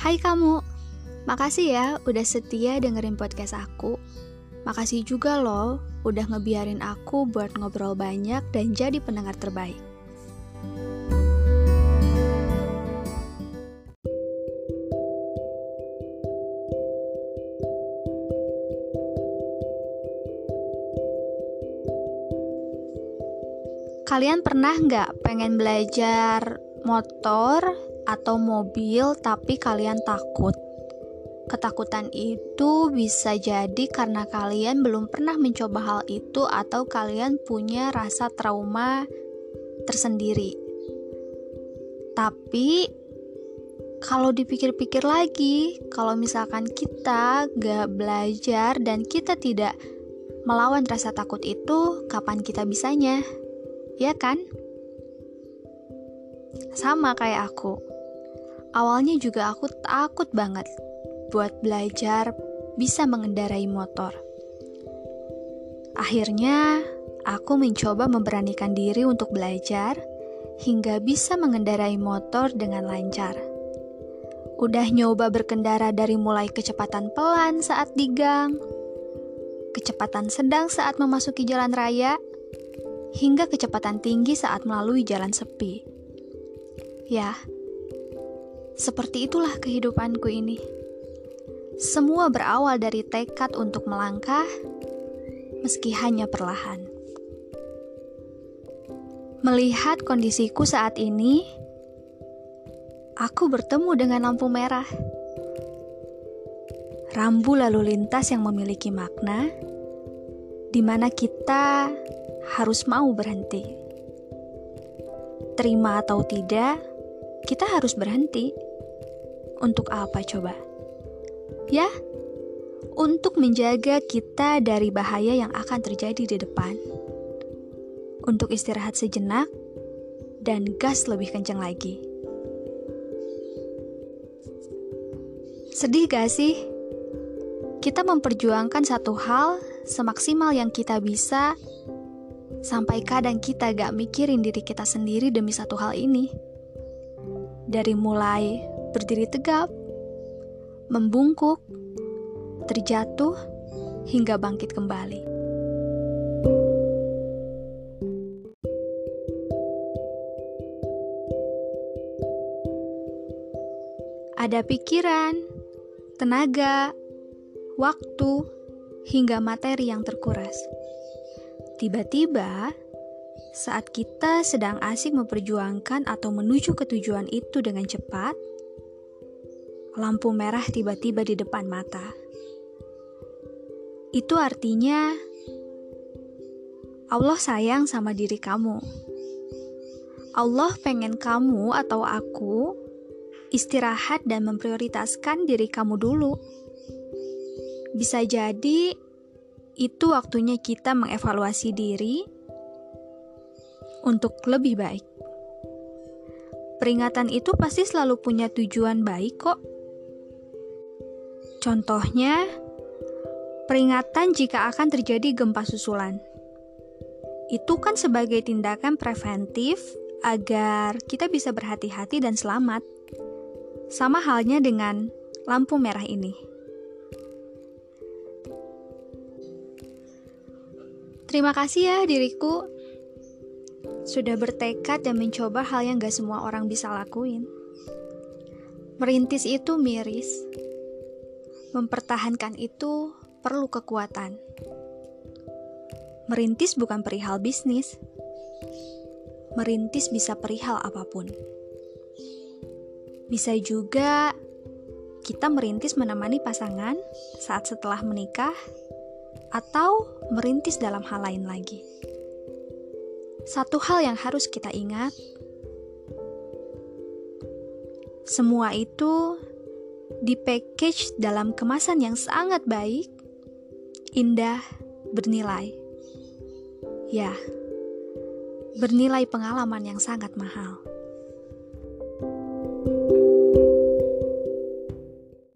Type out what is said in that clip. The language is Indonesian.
Hai kamu, makasih ya udah setia dengerin podcast aku. Makasih juga loh udah ngebiarin aku buat ngobrol banyak dan jadi pendengar terbaik. Kalian pernah nggak pengen belajar motor atau mobil tapi kalian takut? Ketakutan itu bisa jadi karena kalian belum pernah mencoba hal itu atau kalian punya rasa trauma tersendiri. Tapi kalau dipikir-pikir lagi, kalau misalkan kita gak belajar dan kita tidak melawan rasa takut itu, kapan kita bisanya? Ya kan? Sama kayak aku. Awalnya juga aku takut banget buat belajar bisa mengendarai motor. Akhirnya, aku mencoba memberanikan diri untuk belajar hingga bisa mengendarai motor dengan lancar. Udah nyoba berkendara dari mulai kecepatan pelan saat di gang, kecepatan sedang saat memasuki jalan raya, hingga kecepatan tinggi saat melalui jalan sepi. Ya, seperti itulah kehidupanku ini. Semua berawal dari tekad untuk melangkah, meski hanya perlahan. Melihat kondisiku saat ini, aku bertemu dengan lampu merah. Rambu lalu lintas yang memiliki makna, di mana kita harus mau berhenti. Terima atau tidak, kita harus berhenti. Untuk apa coba? Ya, untuk menjaga kita dari bahaya yang akan terjadi di depan. Untuk istirahat sejenak dan gas lebih kencang lagi. Sedih gak sih? Kita memperjuangkan satu hal semaksimal yang kita bisa, sampai kadang kita gak mikirin diri kita sendiri demi satu hal ini. Dari mulai berdiri tegap, membungkuk, terjatuh, hingga bangkit kembali. Ada pikiran, tenaga, waktu, hingga materi yang terkuras. Tiba-tiba, saat kita sedang asik memperjuangkan atau menuju ke tujuan itu dengan cepat, lampu merah tiba-tiba di depan mata. Itu artinya Allah sayang sama diri kamu. Allah pengen kamu atau aku istirahat dan memprioritaskan diri kamu dulu. Bisa jadi itu waktunya kita mengevaluasi diri untuk lebih baik. Peringatan itu pasti selalu punya tujuan baik kok. Contohnya, peringatan jika akan terjadi gempa susulan. Itu kan sebagai tindakan preventif agar kita bisa berhati-hati dan selamat. Sama halnya dengan lampu merah ini. Terima kasih ya diriku, sudah bertekad dan mencoba hal yang gak semua orang bisa lakuin. Merintis itu miris. Mempertahankan itu perlu kekuatan. Merintis bukan perihal bisnis. Merintis bisa perihal apapun. Bisa juga kita merintis menemani pasangan saat setelah menikah, atau merintis dalam hal lain lagi. Satu hal yang harus kita ingat, semua itu di-package dalam kemasan yang sangat baik, indah, bernilai. Ya, bernilai pengalaman yang sangat mahal.